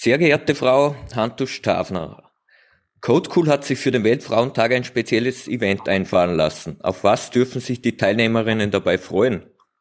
Sehr geehrte Frau Hantusch-Tafner, CodeCool hat sich für den Weltfrauentag ein spezielles Event einfallen lassen. Auf was dürfen sich die Teilnehmerinnen dabei freuen?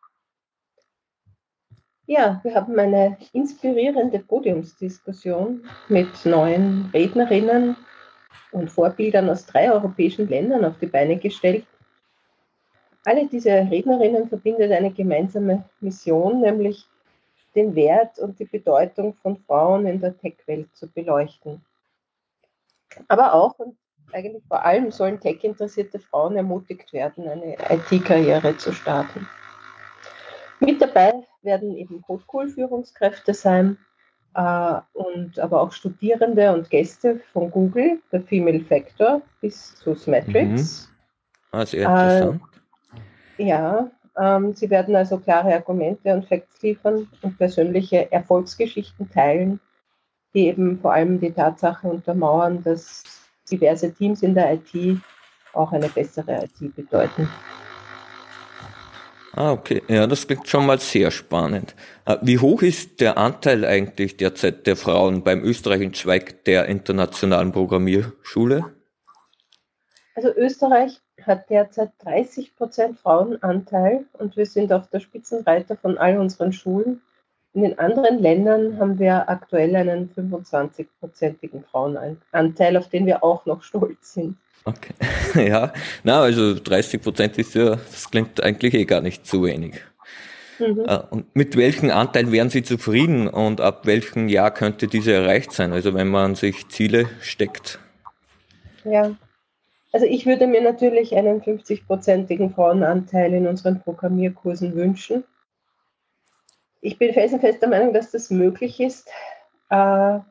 Ja, wir haben eine inspirierende Podiumsdiskussion mit neuen Rednerinnen und Vorbildern aus 3 europäischen Ländern auf die Beine gestellt. Alle diese Rednerinnen verbindet eine gemeinsame Mission, nämlich den Wert und die Bedeutung von Frauen in der Tech-Welt zu beleuchten. Aber auch und eigentlich vor allem sollen tech-interessierte Frauen ermutigt werden, eine IT-Karriere zu starten. Mit dabei werden eben CodeCool-Führungskräfte sein und aber auch Studierende und Gäste von Google, der Female Factor bis zu Smatrix. Sehr interessant. Ja, sie werden also klare Argumente und Facts liefern und persönliche Erfolgsgeschichten teilen, die eben vor allem die Tatsache untermauern, dass diverse Teams in der IT auch eine bessere IT bedeuten. Okay. Ja, das klingt schon mal sehr spannend. Wie hoch ist der Anteil eigentlich derzeit der Frauen beim österreichischen Zweig der internationalen Programmierschule? Also Österreich hat derzeit 30% Frauenanteil und wir sind auf der Spitzenreiter von all unseren Schulen. In den anderen Ländern haben wir aktuell einen 25%igen Frauenanteil, auf den wir auch noch stolz sind. Okay. Ja, also 30% ist ja, das klingt eigentlich gar nicht zu wenig. Und mit welchem Anteil wären Sie zufrieden und ab welchem Jahr könnte diese erreicht sein? Also wenn man sich Ziele steckt? Ja, also ich würde mir natürlich einen 50%igen Frauenanteil in unseren Programmierkursen wünschen. Ich bin felsenfest der Meinung, dass das möglich ist. Wann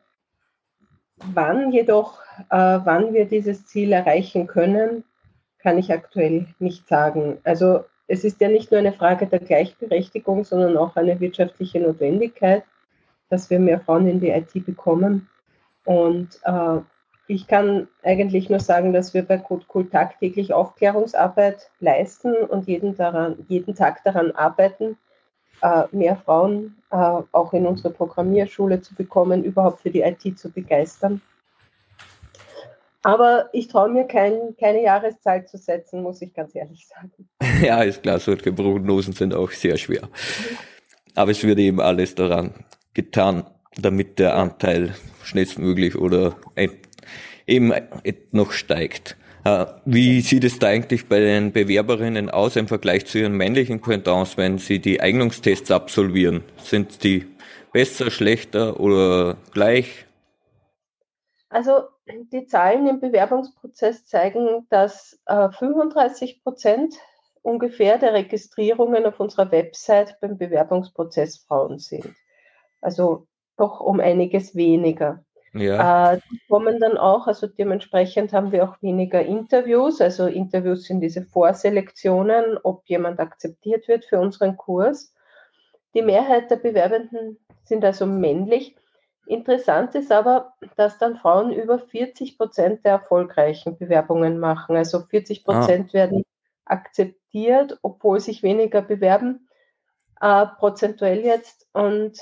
wir dieses Ziel erreichen können, kann ich aktuell nicht sagen. Also es ist ja nicht nur eine Frage der Gleichberechtigung, sondern auch eine wirtschaftliche Notwendigkeit, dass wir mehr Frauen in die IT bekommen. Und ich kann eigentlich nur sagen, dass wir bei CodeCool tagtäglich Aufklärungsarbeit leisten und jeden Tag daran arbeiten, mehr Frauen auch in unsere Programmierschule zu bekommen, überhaupt für die IT zu begeistern. Aber ich traue mir keine Jahreszahl zu setzen, muss ich ganz ehrlich sagen. Ja, ist klar, solche Prognosen sind auch sehr schwer. Aber es wird eben alles daran getan, damit der Anteil schnellstmöglich oder eben noch steigt. Wie sieht es da eigentlich bei den Bewerberinnen aus im Vergleich zu ihren männlichen Pendants, wenn sie die Eignungstests absolvieren? Sind die besser, schlechter oder gleich? Also die Zahlen im Bewerbungsprozess zeigen, dass 35% ungefähr der Registrierungen auf unserer Website beim Bewerbungsprozess Frauen sind. Also doch um einiges weniger. Ja. Die kommen dann auch, also dementsprechend haben wir auch weniger Interviews. Also Interviews sind diese Vorselektionen, ob jemand akzeptiert wird für unseren Kurs. Die Mehrheit der Bewerbenden sind also männlich. Interessant ist aber, dass dann Frauen über 40% der erfolgreichen Bewerbungen machen. Also 40% werden akzeptiert, obwohl sich weniger bewerben, prozentuell jetzt. Und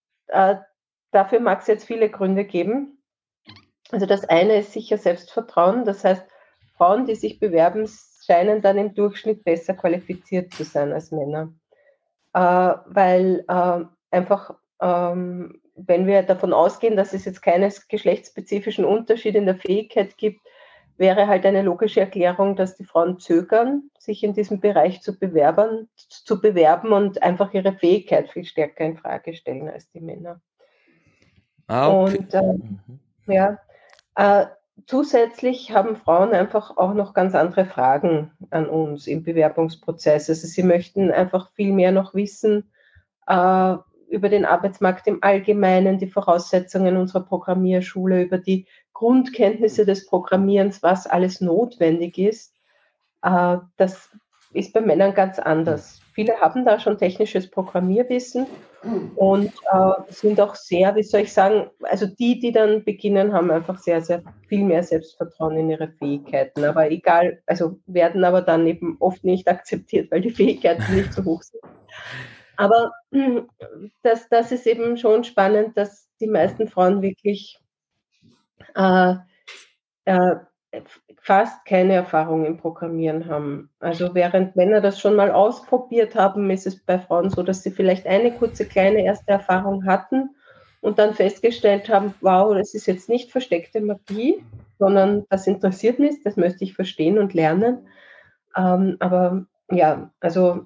dafür mag es jetzt viele Gründe geben. Also das eine ist sicher Selbstvertrauen. Das heißt, Frauen, die sich bewerben, scheinen dann im Durchschnitt besser qualifiziert zu sein als Männer. Weil einfach, wenn wir davon ausgehen, dass es jetzt keinen geschlechtsspezifischen Unterschied in der Fähigkeit gibt, wäre halt eine logische Erklärung, dass die Frauen zögern, sich in diesem Bereich zu bewerben und einfach ihre Fähigkeit viel stärker in Frage stellen als die Männer. Okay. Und zusätzlich haben Frauen einfach auch noch ganz andere Fragen an uns im Bewerbungsprozess. Also sie möchten einfach viel mehr noch wissen über den Arbeitsmarkt im Allgemeinen, die Voraussetzungen unserer Programmierschule, über die Grundkenntnisse des Programmierens, was alles notwendig ist. Das ist bei Männern ganz anders. Viele haben da schon technisches Programmierwissen und sind auch sehr, wie soll ich sagen, also die dann beginnen, haben einfach sehr, sehr viel mehr Selbstvertrauen in ihre Fähigkeiten. Aber egal, also werden aber dann eben oft nicht akzeptiert, weil die Fähigkeiten nicht so hoch sind. Aber das ist eben schon spannend, dass die meisten Frauen wirklich äh, äh, fast keine Erfahrung im Programmieren haben. Also während Männer das schon mal ausprobiert haben, ist es bei Frauen so, dass sie vielleicht eine kurze kleine erste Erfahrung hatten und dann festgestellt haben, wow, das ist jetzt nicht versteckte Magie, sondern das interessiert mich, das möchte ich verstehen und lernen. Aber ja, also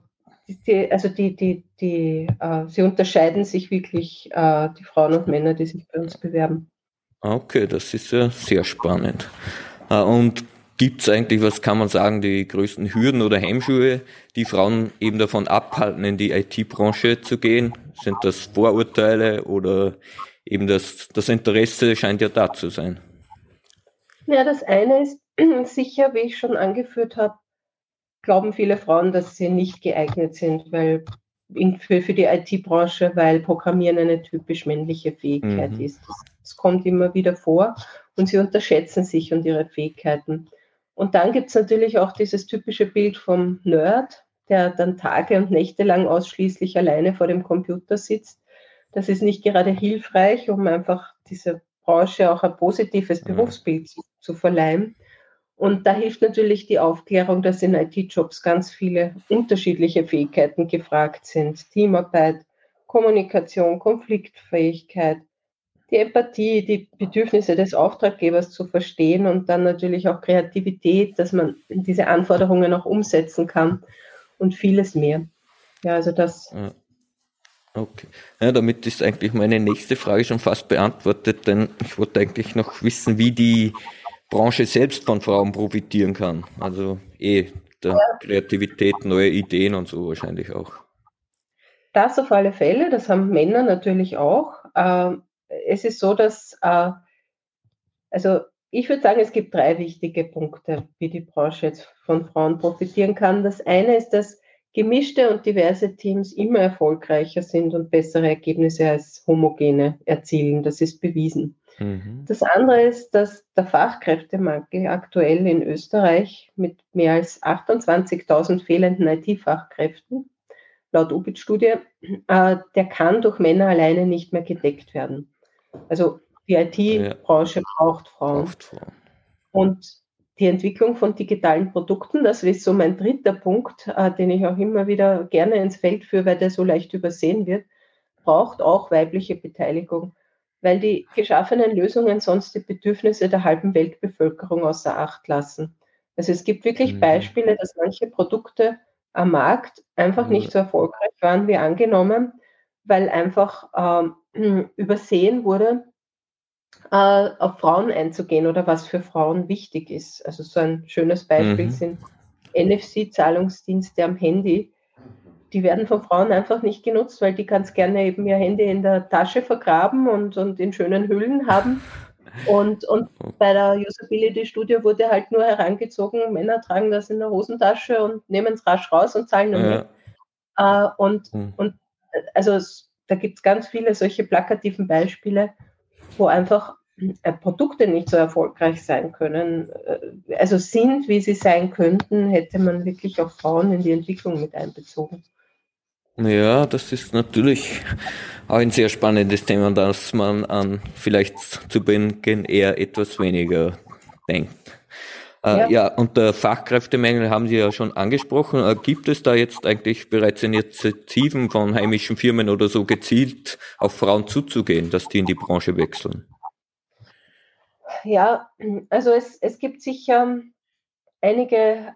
sie unterscheiden sich wirklich, die Frauen und Männer, die sich bei uns bewerben. Okay, das ist ja sehr spannend. Und gibt es eigentlich, was kann man sagen, die größten Hürden oder Hemmschuhe, die Frauen eben davon abhalten, in die IT-Branche zu gehen? Sind das Vorurteile oder eben das Interesse scheint ja da zu sein? Ja, das eine ist sicher, wie ich schon angeführt habe, glauben viele Frauen, dass sie nicht geeignet sind, weil für die IT-Branche, weil Programmieren eine typisch männliche Fähigkeit Mhm. ist. Das kommt immer wieder vor und sie unterschätzen sich und ihre Fähigkeiten. Und dann gibt es natürlich auch dieses typische Bild vom Nerd, der dann Tage und Nächte lang ausschließlich alleine vor dem Computer sitzt. Das ist nicht gerade hilfreich, um einfach dieser Branche auch ein positives Ja. Berufsbild zu verleihen. Und da hilft natürlich die Aufklärung, dass in IT-Jobs ganz viele unterschiedliche Fähigkeiten gefragt sind. Teamarbeit, Kommunikation, Konfliktfähigkeit, die Empathie, die Bedürfnisse des Auftraggebers zu verstehen und dann natürlich auch Kreativität, dass man diese Anforderungen auch umsetzen kann und vieles mehr. Ja, also das. Ja. Okay. Ja, damit ist eigentlich meine nächste Frage schon fast beantwortet, denn ich wollte eigentlich noch wissen, wie die Branche selbst von Frauen profitieren kann. Also der Kreativität, neue Ideen und so wahrscheinlich auch. Das auf alle Fälle, das haben Männer natürlich auch. Es ist so, dass also ich würde sagen, es gibt 3 wichtige Punkte, wie die Branche jetzt von Frauen profitieren kann. Das eine ist, dass gemischte und diverse Teams immer erfolgreicher sind und bessere Ergebnisse als homogene erzielen. Das ist bewiesen. Mhm. Das andere ist, dass der Fachkräftemangel aktuell in Österreich mit mehr als 28.000 fehlenden IT-Fachkräften, laut UBIT-Studie, der kann durch Männer alleine nicht mehr gedeckt werden. Also die Ja, IT-Branche braucht Frauen. braucht Frauen. Und die Entwicklung von digitalen Produkten, das ist so mein dritter Punkt, den ich auch immer wieder gerne ins Feld führe, weil der so leicht übersehen wird, braucht auch weibliche Beteiligung, weil die geschaffenen Lösungen sonst die Bedürfnisse der halben Weltbevölkerung außer Acht lassen. Also es gibt wirklich Mhm. Beispiele, dass manche Produkte am Markt einfach Ja. nicht so erfolgreich waren wie angenommen, weil einfach übersehen wurde, auf Frauen einzugehen oder was für Frauen wichtig ist. Also so ein schönes Beispiel Mhm. sind NFC-Zahlungsdienste am Handy. Die werden von Frauen einfach nicht genutzt, weil die ganz gerne eben ihr Handy in der Tasche vergraben und in schönen Hüllen haben. Und bei der Usability-Studie wurde halt nur herangezogen, Männer tragen das in der Hosentasche und nehmen es rasch raus und zahlen damit. Ja. Und also da gibt es ganz viele solche plakativen Beispiele, wo einfach Produkte nicht so erfolgreich sein können, also sind, wie sie sein könnten, hätte man wirklich auch Frauen in die Entwicklung mit einbezogen. Ja, das ist natürlich auch ein sehr spannendes Thema, das man an vielleicht zu Beginn eher etwas weniger denkt. Ja, Ja, und der Fachkräftemangel haben Sie ja schon angesprochen. Gibt es da jetzt eigentlich bereits Initiativen von heimischen Firmen oder so gezielt auf Frauen zuzugehen, dass die in die Branche wechseln? ja, also es gibt sicher einige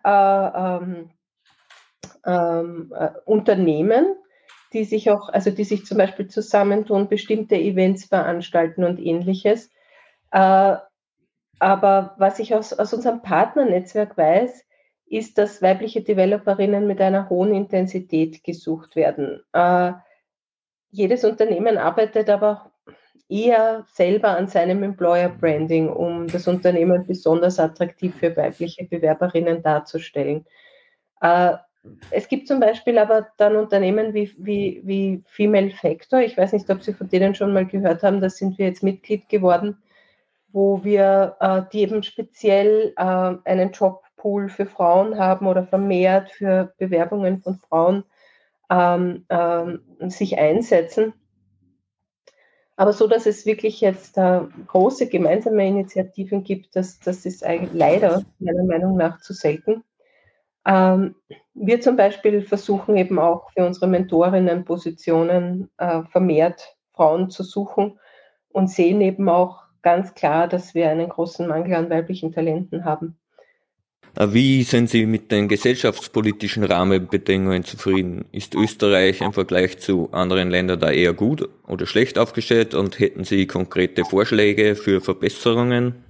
Unternehmen, die sich zum Beispiel zusammentun, bestimmte Events veranstalten und ähnliches. Äh, Aber was ich aus unserem Partnernetzwerk weiß, ist, dass weibliche Developerinnen mit einer hohen Intensität gesucht werden. Jedes Unternehmen arbeitet aber eher selber an seinem Employer Branding, um das Unternehmen besonders attraktiv für weibliche Bewerberinnen darzustellen. Äh, Es gibt zum Beispiel aber dann Unternehmen wie Female Factor. Ich weiß nicht, ob Sie von denen schon mal gehört haben. Da sind wir jetzt Mitglied geworden, wo wir die eben speziell einen Jobpool für Frauen haben oder vermehrt für Bewerbungen von Frauen sich einsetzen. Aber so, dass es wirklich jetzt große gemeinsame Initiativen gibt, das ist eigentlich leider meiner Meinung nach zu selten. Wir zum Beispiel versuchen eben auch für unsere Mentorinnenpositionen vermehrt Frauen zu suchen und sehen eben auch ganz klar, dass wir einen großen Mangel an weiblichen Talenten haben. Wie sind Sie mit den gesellschaftspolitischen Rahmenbedingungen zufrieden? Ist Österreich im Vergleich zu anderen Ländern da eher gut oder schlecht aufgestellt und hätten Sie konkrete Vorschläge für Verbesserungen?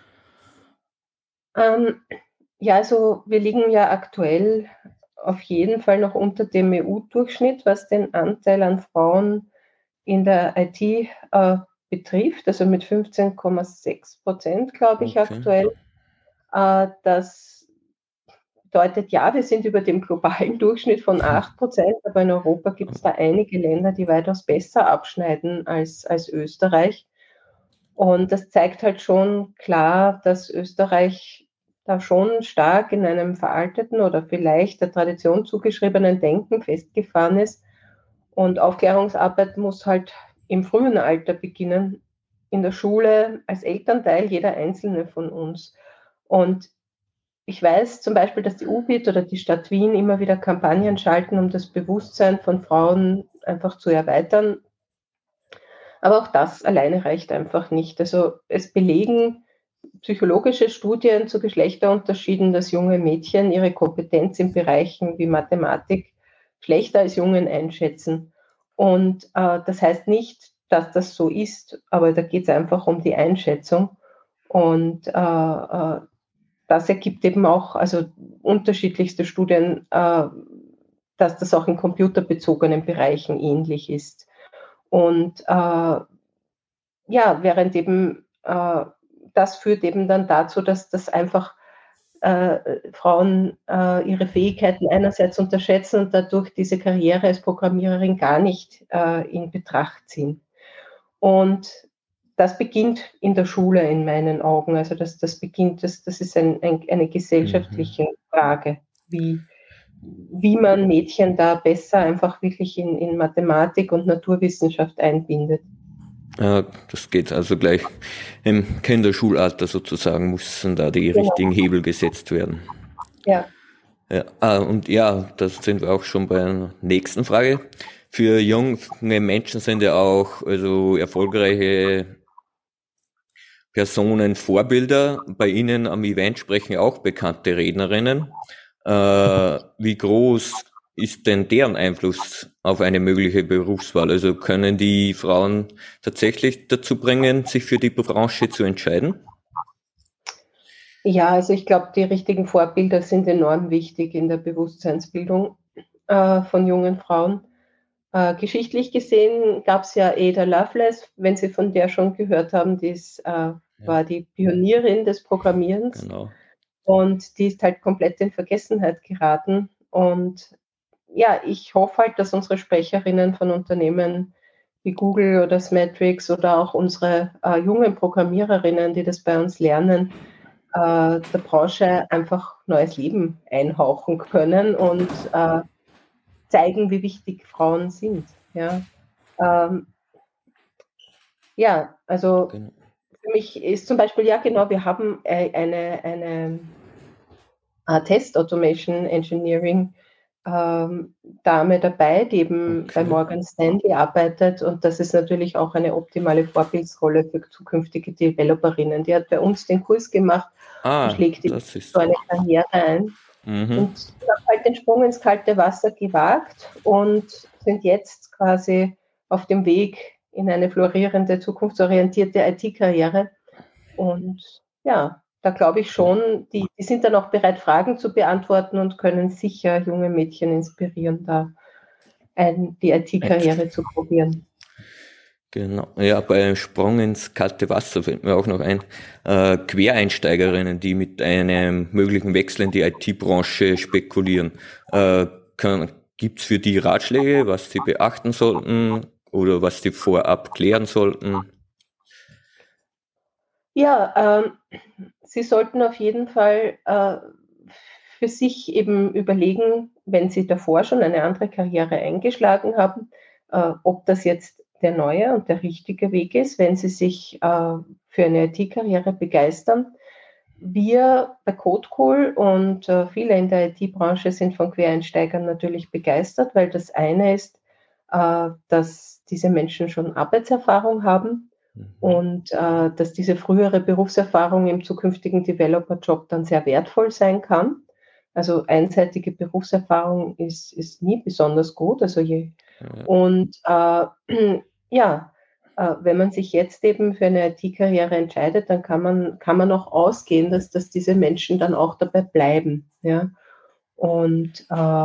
Ja, also wir liegen ja aktuell auf jeden Fall noch unter dem EU-Durchschnitt, was den Anteil an Frauen in der IT betrifft, also mit 15,6%, glaube ich, Okay. aktuell. Das bedeutet, ja, wir sind über dem globalen Durchschnitt von 8%, aber in Europa gibt es da einige Länder, die weitaus besser abschneiden als Österreich. Und das zeigt halt schon klar, dass Österreich da schon stark in einem veralteten oder vielleicht der Tradition zugeschriebenen Denken festgefahren ist. Und Aufklärungsarbeit muss halt im frühen Alter beginnen, in der Schule, als Elternteil, jeder einzelne von uns. Und ich weiß zum Beispiel, dass die UBIT oder die Stadt Wien immer wieder Kampagnen schalten, um das Bewusstsein von Frauen einfach zu erweitern. Aber auch das alleine reicht einfach nicht. Also es belegen psychologische Studien zu Geschlechterunterschieden, dass junge Mädchen ihre Kompetenz in Bereichen wie Mathematik schlechter als Jungen einschätzen. Und das heißt nicht, dass das so ist, aber da geht es einfach um die Einschätzung. Und das ergibt eben auch, also unterschiedlichste Studien, dass das auch in computerbezogenen Bereichen ähnlich ist. Und ja, während eben das führt eben dann dazu, dass das einfach Frauen ihre Fähigkeiten einerseits unterschätzen und dadurch diese Karriere als Programmiererin gar nicht in Betracht ziehen. Und das beginnt in der Schule in meinen Augen. Also das beginnt, das ist eine gesellschaftliche Frage, wie man Mädchen da besser einfach wirklich in Mathematik und Naturwissenschaft einbindet. Ja, das geht also gleich im Kinderschulalter sozusagen, müssen da die richtigen Hebel gesetzt werden. Ja. Ja, und ja, da sind wir auch schon bei einer nächsten Frage. Für junge Menschen sind ja auch also erfolgreiche Personen Vorbilder. Bei Ihnen am Event sprechen auch bekannte Rednerinnen. Wie groß ist denn deren Einfluss auf eine mögliche Berufswahl? Also können die Frauen tatsächlich dazu bringen, sich für die Branche zu entscheiden? Ja, also ich glaube, die richtigen Vorbilder sind enorm wichtig in der Bewusstseinsbildung von jungen Frauen. Geschichtlich gesehen gab es ja Ada Lovelace, wenn Sie von der schon gehört haben, war die Pionierin des Programmierens. Genau. Und die ist halt komplett in Vergessenheit geraten. Und ja, ich hoffe halt, dass unsere Sprecherinnen von Unternehmen wie Google oder Smatrix oder auch unsere jungen Programmiererinnen, die das bei uns lernen, der Branche einfach neues Leben einhauchen können und zeigen, wie wichtig Frauen sind. Ja, ja, also Genau. für mich ist zum Beispiel, ja genau, wir haben eine Test Automation Engineering Dame dabei, die eben bei Okay. Morgan Stanley arbeitet, und das ist natürlich auch eine optimale Vorbildsrolle für zukünftige Developerinnen. Die hat bei uns den Kurs gemacht und Ah, schlägt das so ist. eine Karriere ein. Mhm. Und haben halt den Sprung ins kalte Wasser gewagt und sind jetzt quasi auf dem Weg in eine florierende, zukunftsorientierte IT-Karriere. Und ja, da glaube ich schon, die sind dann auch bereit, Fragen zu beantworten und können sicher junge Mädchen inspirieren, da die IT-Karriere zu probieren. Genau. Ja, bei Sprung ins kalte Wasser fällt mir auch noch ein. Quereinsteigerinnen, die mit einem möglichen Wechsel in die IT-Branche spekulieren. Gibt's für die Ratschläge, was sie beachten sollten oder was sie vorab klären sollten? Ja, Sie sollten auf jeden Fall für sich eben überlegen, wenn Sie davor schon eine andere Karriere eingeschlagen haben, ob das jetzt der neue und der richtige Weg ist, wenn Sie sich für eine IT-Karriere begeistern. Wir bei CodeCool und viele in der IT-Branche sind von Quereinsteigern natürlich begeistert, weil das eine ist, dass diese Menschen schon Arbeitserfahrung haben und dass diese frühere Berufserfahrung im zukünftigen Developer-Job dann sehr wertvoll sein kann. Also einseitige Berufserfahrung ist nie besonders gut. Und ja, wenn man sich jetzt eben für eine IT-Karriere entscheidet, dann kann man auch ausgehen, dass diese Menschen dann auch dabei bleiben. Ja? Und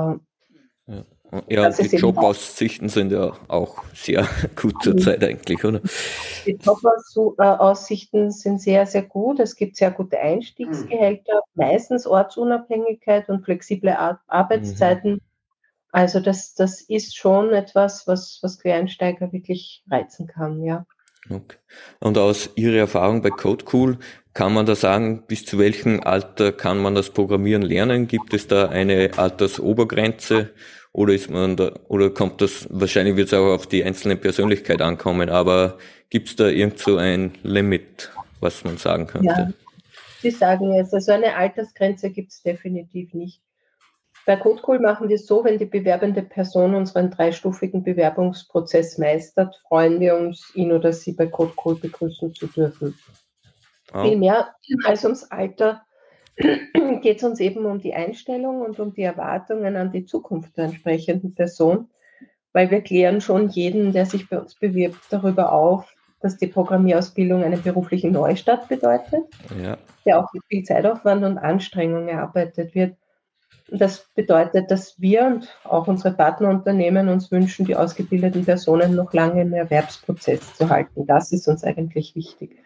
ja, die Jobaussichten sind ja auch sehr gut zurzeit eigentlich, oder? Die Jobaussichten sind sehr, sehr gut. Es gibt sehr gute Einstiegsgehälter, meistens Ortsunabhängigkeit und flexible Arbeitszeiten. Also das ist schon etwas, was Quereinsteiger wirklich reizen kann, ja. Okay. Und aus Ihrer Erfahrung bei CodeCool, kann man da sagen, bis zu welchem Alter kann man das Programmieren lernen? Gibt es da eine Altersobergrenze oder kommt das, wahrscheinlich wird es auch auf die einzelne Persönlichkeit ankommen, aber gibt es da irgend so ein Limit, was man sagen könnte? Ja, Sie sagen es, also eine Altersgrenze gibt es definitiv nicht. Bei CodeCool machen wir es so, wenn die bewerbende Person unseren 3-stufigen Bewerbungsprozess meistert, freuen wir uns, ihn oder sie bei CodeCool begrüßen zu dürfen. Viel mehr als ums Alter geht es uns eben um die Einstellung und um die Erwartungen an die Zukunft der entsprechenden Person, weil wir klären schon jeden, der sich bei uns bewirbt, darüber auf, dass die Programmierausbildung einen beruflichen Neustart bedeutet, der auch mit viel Zeitaufwand und Anstrengung erarbeitet wird. Das bedeutet, dass wir und auch unsere Partnerunternehmen uns wünschen, die ausgebildeten Personen noch lange im Erwerbsprozess zu halten. Das ist uns eigentlich wichtig.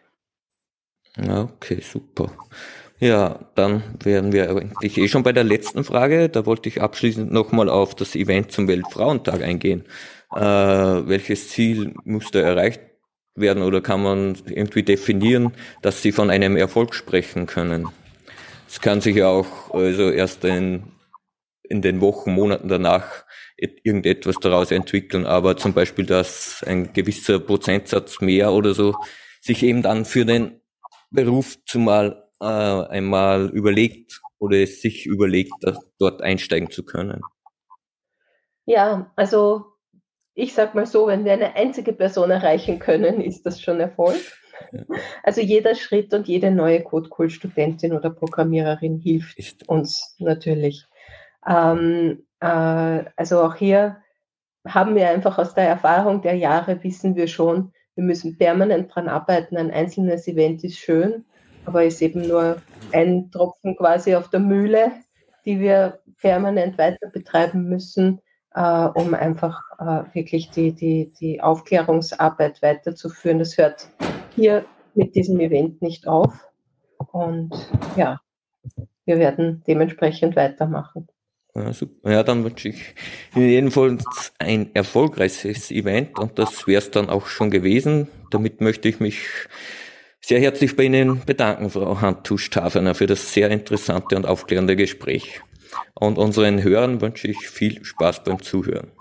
Okay, super. Ja, dann wären wir eigentlich schon bei der letzten Frage. Da wollte ich abschließend nochmal auf das Event zum Weltfrauentag eingehen. Welches Ziel muss da erreicht werden oder kann man irgendwie definieren, dass Sie von einem Erfolg sprechen können? Es kann sich ja auch erst in den Wochen, Monaten danach irgendetwas daraus entwickeln, aber zum Beispiel, dass ein gewisser Prozentsatz mehr oder so sich eben dann für den Beruf einmal überlegt oder es sich überlegt, dort einsteigen zu können. Ja, also ich sag mal so, wenn wir eine einzige Person erreichen können, ist das schon Erfolg. Also jeder Schritt und jede neue CodeCool-Studentin oder Programmiererin hilft uns natürlich. Also auch hier haben wir einfach aus der Erfahrung der Jahre, wissen wir schon, wir müssen permanent dran arbeiten. Ein einzelnes Event ist schön, aber ist eben nur ein Tropfen quasi auf der Mühle, die wir permanent weiter betreiben müssen, um einfach wirklich die Aufklärungsarbeit weiterzuführen. Das hört hier mit diesem Event nicht auf. Und ja, wir werden dementsprechend weitermachen. Ja, super. Ja, dann wünsche ich Ihnen jedenfalls ein erfolgreiches Event und das wäre es dann auch schon gewesen. Damit möchte ich mich sehr herzlich bei Ihnen bedanken, Frau Hantusch-Taferner, für das sehr interessante und aufklärende Gespräch. Und unseren Hörern wünsche ich viel Spaß beim Zuhören.